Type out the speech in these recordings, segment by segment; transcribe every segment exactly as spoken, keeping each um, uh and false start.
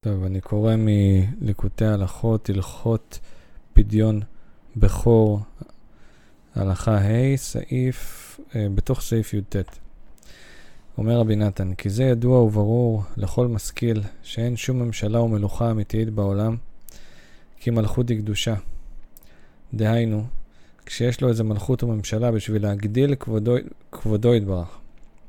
טוב, אני קורא מליקוטי הלכות, הלכות פדיון בכור, הלכה ה', סעיף, בתוך סעיף י"ט. אומר רבי נתן, כי זה ידוע וברור לכל משכיל שאין שום ממשלה ומלוכה אמיתית בעולם, כי מלכות היא קדושה. דהיינו, כשיש לו איזה מלכות וממשלה בשביל להגדיל כבודו, כבודו יתברך,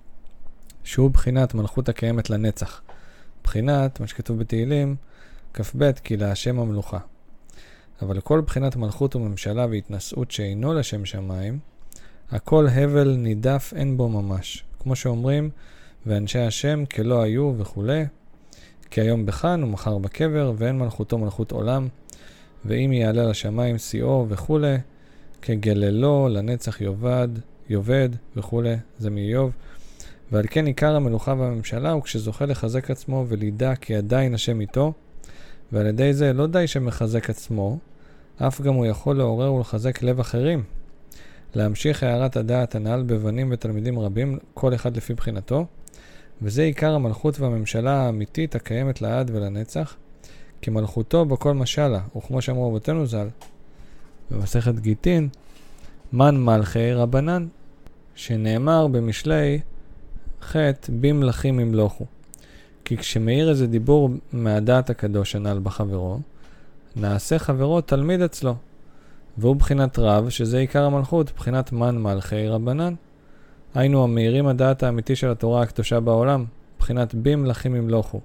שהוא בחינת מלכות הקיימת לנצח. בחינת, מה שכתוב בתהילים, כ"ב, כי להשם המלוכה. אבל כל בחינת מלכות וממשלה והתנשאות שאינו לשם שמיים, הכל הבל נידף אין בו ממש. כמו שאומרים, ואנשי השם כלא היו וכו', כי היום בכאן ומחר בקבר, ואין מלכותו מלכות עולם, ואם יעלה לשמיים שיאו וכו', כגללו לנצח יובד, יובד וכו', זה מאיוב. ועל כן עיקר המלוכה והממשלה הוא כשזוכה לחזק עצמו ולידע כי עדיין השם איתו, ועל ידי זה לא די שמחזק עצמו, אף גם הוא יכול לעורר ולחזק לב אחרים, להמשיך הערת הדעת הנ"ל בבנים ותלמידים רבים, כל אחד לפי בחינתו, וזה עיקר המלכות והממשלה האמיתית הקיימת לעד ולנצח, כי מלכותו בכל משלה, וכמו שאמרו רבותינו ז"ל, במסכת גיטין, מן מלכי רבנן, שנאמר במשלי חטא במלכים ימלוכו. כי כשמאיר איזה דיבור מהדעת הקדוש הנ"ל בחברו, נעשה חברו תלמיד אצלו, והוא בחינת רב, שזה עיקר המלכות, בחינת מן מלכי רבנן. היינו המאירים הדעת האמיתי של התורה הקדושה בעולם, בחינת במלכים ימלוכו.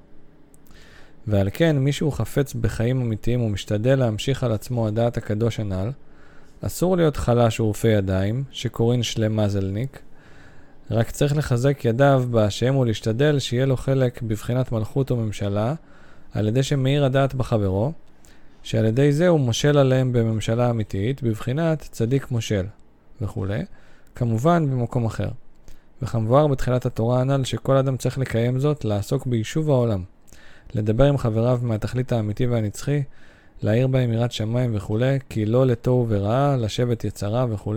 ועל כן, מי שהוא חפץ בחיים אמיתיים ומשתדל להמשיך על עצמו הדעת הקדוש הנ"ל, אסור להיות חלש ורופא ידיים, שקוראים שלמה זלניק, רק צריך לחזק ידיו בהשם ולהשתדל שיהיה לו חלק בבחינת מלכות וממשלה, על ידי שמאיר הדעת בחברו, שעל ידי זה הוא מושל עליהם בממשלה אמיתית, בבחינת צדיק מושל וכו', כמובן במקום אחר. וכמובן בתחילת התורה הנ"ל שכל אדם צריך לקיים זאת, לעסוק ביישוב העולם, לדבר עם חבריו מהתכלית האמיתי והנצחי, להעיר בהם יראת שמיים וכו', כי לא לתוהו ורעה, לשבת יצרה וכו'.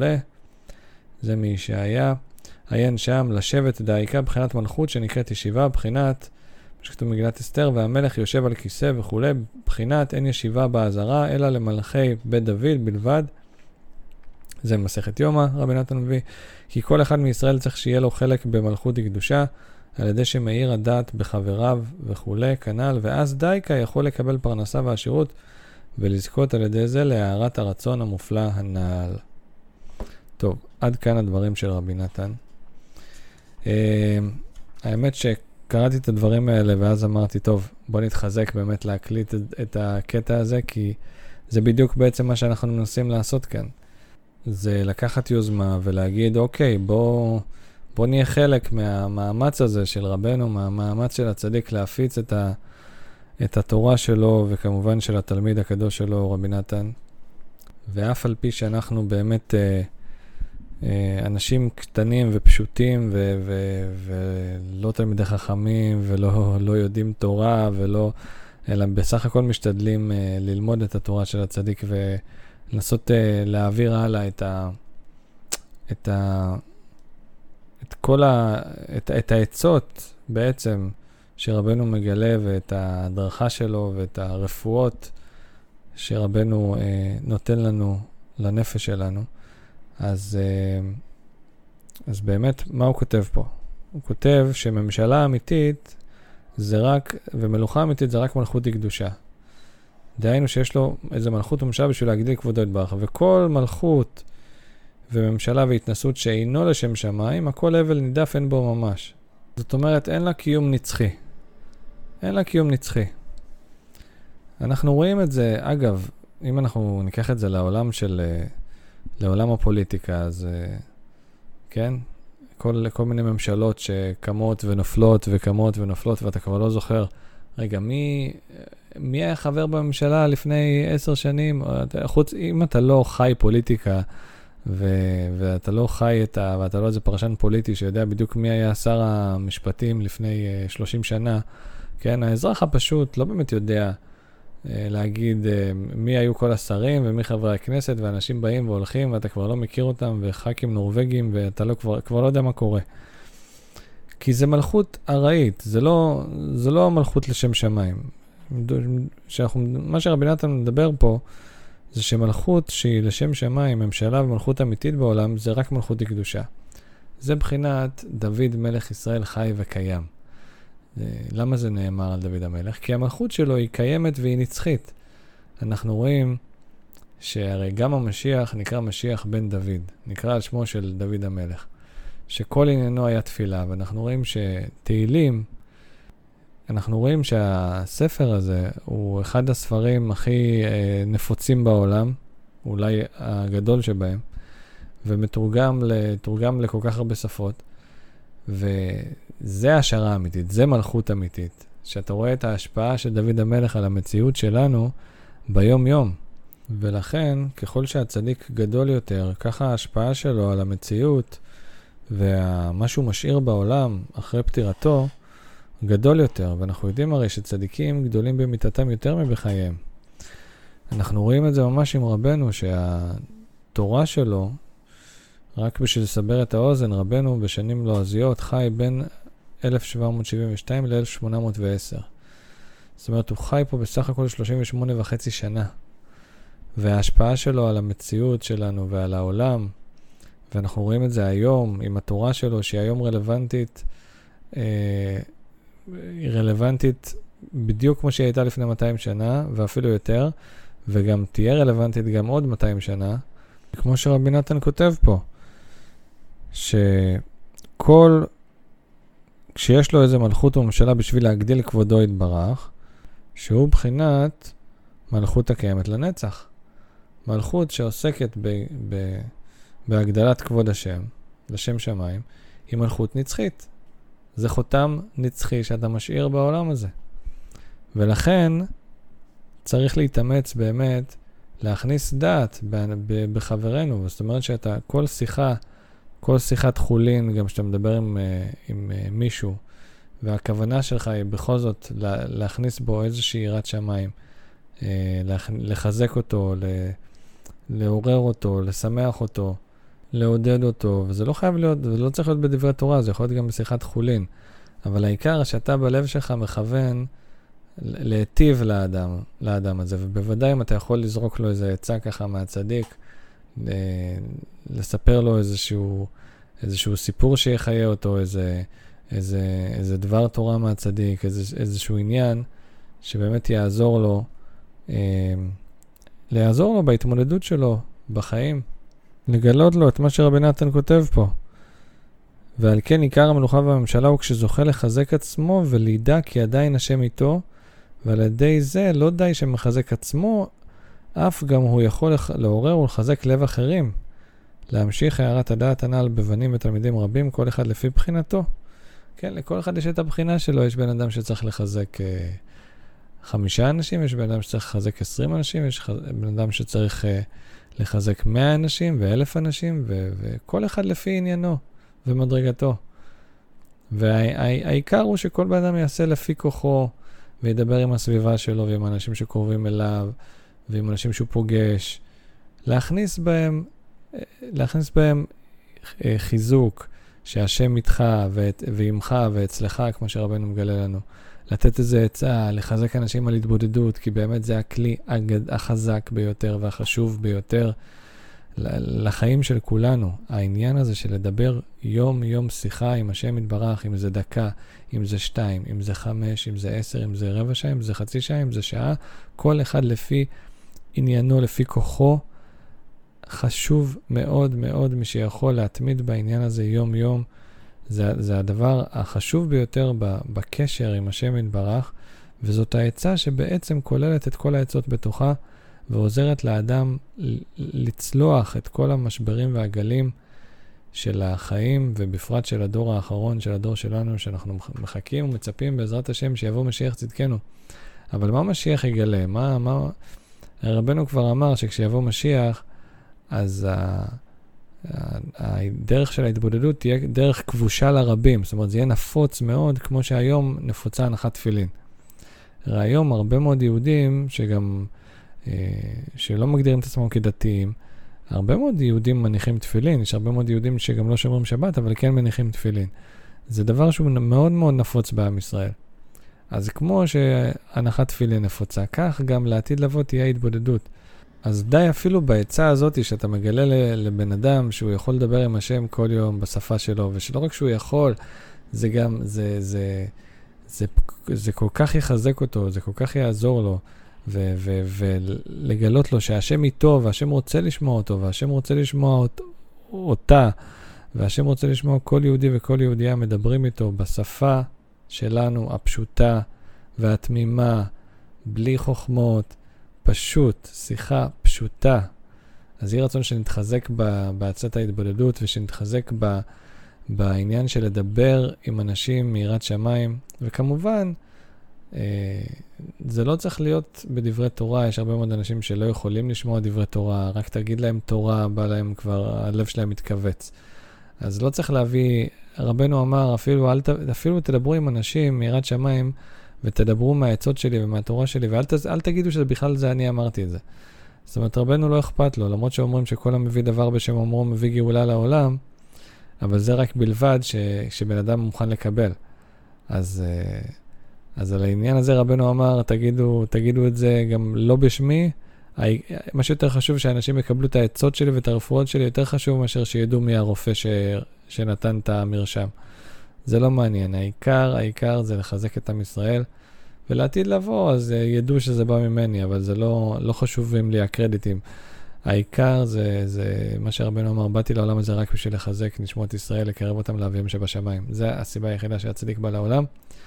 זה מישעיה. עיין שם, לשבת דייקה, בחינת מלכות שנקראת ישיבה, בחינת, שכתוב מגילת אסתר, והמלך יושב על כיסא וכו', בחינת אין ישיבה בעזרה, אלא למלכי בית דוד בלבד. זה מסכת יומא, רבי נתן מביא, כי כל אחד מישראל צריך שיהיה לו חלק במלכות הקדושה, על ידי שמאיר הדעת בחבריו וכו', כנ"ל, ואז דייקה יכול לקבל פרנסה ועשירות, ולזכות על ידי זה להערת הרצון המופלא הנ"ל. טוב, עד כאן הדברים של רבי נתן. Uh, האמת שקראתי את הדברים האלה ואז אמרתי, טוב, בוא נתחזק באמת להקליט את, את הקטע הזה, כי זה בדיוק בעצם מה שאנחנו מנסים לעשות כאן. זה לקחת יוזמה ולהגיד, אוקיי, בוא, בוא נהיה חלק מהמאמץ הזה של רבנו, מהמאמץ של הצדיק להפיץ את, ה, את התורה שלו, וכמובן של התלמיד הקדוש שלו, רבי נתן. ואף על פי שאנחנו באמת uh, אנשים קטנים ופשוטים ו- ו- ולא תלמידי חכמים ולא לא יודעים תורה ולא, אלא בסך הכל משתדלים uh, ללמוד את התורה של הצדיק ולנסות uh, להעביר הלאה את ה את ה את כל ה את, את העצות בעצם שרבנו מגלה, ואת ההדרכה שלו ואת הרפואות שרבנו uh, נותן לנו לנפש שלנו. אז, אז באמת, מה הוא כותב פה? הוא כותב שממשלה אמיתית זה רק, ומלוכה אמיתית זה רק מלכות היא קדושה. דהיינו שיש לו איזה מלכות וממשלה בשביל להגדיל כבודו יתברך, וכל מלכות וממשלה והתנסות שאינו לשם שמיים, הכל הבל נידף אין בו ממש. זאת אומרת, אין לה קיום נצחי. אין לה קיום נצחי. אנחנו רואים את זה, אגב, אם אנחנו ניקח את זה לעולם של... לעולם הפוליטיקה, אז כן, כל, כל מיני ממשלות שקמות ונופלות וקמות ונופלות, ואתה כבר לא זוכר, רגע, מי, מי היה חבר בממשלה לפני עשר שנים? חוץ, אם אתה לא חי פוליטיקה, ו, ואתה לא חי את ה, ואתה לא איזה פרשן פוליטי שיודע בדיוק מי היה שר המשפטים לפני שלושים שנה, כן, האזרח הפשוט לא באמת יודע להגיד מי היו כל השרים ומי חברי הכנסת, ואנשים באים והולכים ואתה כבר לא מכיר אותם, וח"כים נורווגים, ואתה לא, כבר, כבר לא יודע מה קורה. כי זה מלכות ארעית, זה לא, זה לא מלכות לשם שמיים. שאנחנו, מה שרבי נתן מדבר פה, זה שמלכות שהיא לשם שמיים, ממשלה ומלכות אמיתית בעולם, זה רק מלכות הקדושה. זה בחינת דוד מלך ישראל חי וקיים. למה זה נאמר על דוד המלך? כי המלכות שלו היא קיימת והיא נצחית. אנחנו רואים שהרי גם המשיח נקרא משיח בן דוד, נקרא על שמו של דוד המלך, שכל עניינו היה תפילה, ואנחנו רואים שתהילים, אנחנו רואים שהספר הזה הוא אחד הספרים הכי אה, נפוצים בעולם, אולי הגדול שבהם, ומתורגם לתורגם לכל כך הרבה שפות, וזה השערה אמיתית, זה מלכות אמיתית, שאתה רואה את ההשפעה של דוד המלך על המציאות שלנו ביום יום, ולכן ככל שהצדיק גדול יותר, ככה ההשפעה שלו על המציאות, ומה שהוא משאיר בעולם אחרי פטירתו, גדול יותר, ואנחנו יודעים הרי שצדיקים גדולים במיתתם יותר מבחייהם. אנחנו רואים את זה ממש עם רבנו, שהתורה שלו, רק בשביל לסבר את האוזן, רבנו בשנים לועזיות חי בין אלף שבע מאות שבעים ושתיים ל-אלף שמונה מאות ועשר. זאת אומרת, הוא חי פה בסך הכל שלושים ושמונה וחצי שנה. וההשפעה שלו על המציאות שלנו ועל העולם, ואנחנו רואים את זה היום עם התורה שלו, שהיא היום רלוונטית, אה, היא רלוונטית בדיוק כמו שהיא הייתה לפני מאתיים שנה, ואפילו יותר, וגם תהיה רלוונטית גם עוד מאתיים שנה, כמו שרבי נתן כותב פה, שכל, כשיש לו איזה מלכות וממשלה בשביל להגדיל כבודו יתברך, שהוא בחינת מלכות הקיימת לנצח. מלכות שעוסקת ב, ב, בהגדלת כבוד השם, לשם שמיים, היא מלכות נצחית. זה חותם נצחי שאתה משאיר בעולם הזה. ולכן צריך להתאמץ באמת להכניס דעת בחברנו. זאת אומרת שאתה כל שיחה, כל שיחת חולין, גם שאתה מדבר עם, עם מישהו, והכוונה שלך היא בכל זאת להכניס בו איזושהי יראת שמיים, לחזק אותו, לעורר אותו, לשמח אותו, לעודד אותו, וזה לא חייב להיות, זה לא צריך להיות בדברי תורה, זה יכול להיות גם בשיחת חולין, אבל העיקר שאתה בלב שלך מכוון להיטיב לאדם, לאדם הזה, ובוודאי אם אתה יכול לזרוק לו איזה עצה ככה מהצדיק, לספר לו איזשהו, איזשהו סיפור שיחיה אותו, איזה, איזה, איזה דבר תורה מהצדיק, איזה, איזשהו עניין שבאמת יעזור לו, אה, לעזור לו בהתמודדות שלו, בחיים, לגלות לו את מה שרבי נתן כותב פה. ועל כן עיקר המלוכה והממשלה הוא כשזוכה לחזק עצמו ולידע כי עדיין השם איתו, ועל ידי זה לא די שמחזק עצמו, אף גם הוא יכול לעורר ולחזק לב אחרים, להמשיך הערת הדעת הנ"ל בבנים ותלמידים רבים, כל אחד לפי בחינתו. כן, לכל אחד יש את הבחינה שלו, יש בן אדם שצריך לחזק אה, חמישה אנשים, יש בן אדם שצריך לחזק עשרים אנשים, יש בן אדם שצריך אה, לחזק מאה אנשים ואלף אנשים, ו- וכל אחד לפי עניינו ומדרגתו. והעיקר הוא שכל בן אדם יעשה לפי כוחו, וידבר עם הסביבה שלו ועם אנשים שקרובים אליו, ועם אנשים שהוא פוגש, להכניס בהם, להכניס בהם חיזוק, שהשם איתך ועמך ואצלך, כמו שרבנו מגלה לנו. לתת איזה עצה, לחזק אנשים על התבודדות, כי באמת זה הכלי החזק ביותר והחשוב ביותר לחיים של כולנו. העניין הזה של לדבר יום יום שיחה עם השם יתברך, אם זה דקה, אם זה שתיים, אם זה חמש, אם זה עשר, אם זה רבע שעה, אם זה חצי שעה, אם זה שעה, כל אחד לפי עניינו, לפי כוחו, חשוב מאוד מאוד מי שיכול להתמיד בעניין הזה יום יום. זה, זה הדבר החשוב ביותר בקשר עם השם יתברך, וזאת העצה שבעצם כוללת את כל העצות בתוכה, ועוזרת לאדם לצלוח את כל המשברים והגלים של החיים, ובפרט של הדור האחרון, של הדור שלנו, שאנחנו מחכים ומצפים בעזרת השם שיבוא משיח צדקנו. אבל מה משיח יגלה? מה, מה... רבנו כבר אמר שכשיבוא משיח, אז ה... הדרך של ההתבודדות תהיה דרך כבושה לרבים. זאת אומרת, זה יהיה נפוץ מאוד, כמו שהיום נפוצה הנחת תפילין. היום הרבה מאוד יהודים שגם, שלא מגדירים את עצמם כדתיים, הרבה מאוד יהודים מניחים תפילין, יש הרבה מאוד יהודים שגם לא שומרים שבת, אבל כן מניחים תפילין. זה דבר שהוא מאוד מאוד נפוץ בעם ישראל. אז כמו שהנחת תפילין נפוצה, כך גם לעתיד לבוא תהיה התבודדות. אז די אפילו בעצה הזאת שאתה מגלה לבן אדם שהוא יכול לדבר עם השם כל יום בשפה שלו, ושלא רק שהוא יכול, זה גם, זה, זה, זה, זה, זה כל כך יחזק אותו, זה כל כך יעזור לו, ו, ו, ולגלות לו שהשם איתו, והשם רוצה לשמוע אותו, והשם רוצה לשמוע אות, אותה, והשם רוצה לשמוע כל יהודי וכל יהודייה מדברים איתו בשפה שלנו הפשוטה והתמימה, בלי חוכמות, פשוט, שיחה פשוטה. אז יהיה רצון שנתחזק בעצת ההתבודדות, ושנתחזק ב, בעניין של לדבר עם אנשים מיראת שמיים, וכמובן, אה, זה לא צריך להיות בדברי תורה, יש הרבה מאוד אנשים שלא יכולים לשמוע דברי תורה, רק תגיד להם תורה, בא להם כבר, הלב שלהם מתכווץ. אז לא צריך להביא, רבנו אמר, אפילו, אל, אפילו תדברו עם אנשים מיראת שמיים, ותדברו מהעצות שלי ומהתורה שלי, ואל ת, אל תגידו שזה בכלל זה אני אמרתי את זה. זאת אומרת, רבנו לא אכפת לו, למרות שאומרים שכל המביא דבר בשם אומרו מביא גאולה לעולם, אבל זה רק בלבד ש, שבן אדם מוכן לקבל. אז, אז על העניין הזה רבנו אמר, תגידו, תגידו את זה גם לא בשמי, מה שיותר חשוב שאנשים יקבלו את העצות שלי ואת הרפואות שלי, יותר חשוב מאשר שידעו מי הרופא ש, שנתן את המרשם. זה לא מעניין, העיקר, העיקר זה לחזק את עם ישראל, ולעתיד לבוא, אז ידעו שזה בא ממני, אבל זה לא, לא חשובים לי הקרדיטים. העיקר זה, זה מה שרבנו אמר, באתי לעולם הזה רק בשביל לחזק נשמות ישראל, לקרב אותם לאביהם שבשמיים. זה הסיבה היחידה שהצדיק בא לעולם.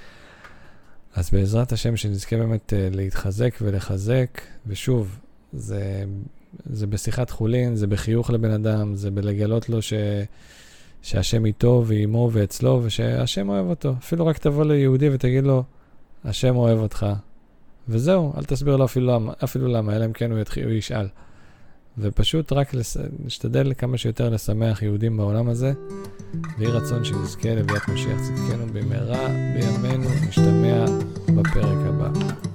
אז בעזרת השם שנזכה באמת להתחזק ולחזק, ושוב, זה, זה בשיחת חולין, זה בחיוך לבן אדם, זה בלגלות לו ש... שהשם איתו ואימו ואצלו, ושהשם אוהב אותו. אפילו רק תבוא ליהודי ותגיד לו, השם אוהב אותך. וזהו, אל תסביר לו אפילו למה, אפילו למה, אלא אם כן הוא, יתחיל, הוא ישאל. ופשוט רק לס... נשתדל כמה שיותר לשמח יהודים בעולם הזה, ויהי רצון שנזכה לביאת משיח צדקנו במהרה בימינו, נשתמע בפרק הבא.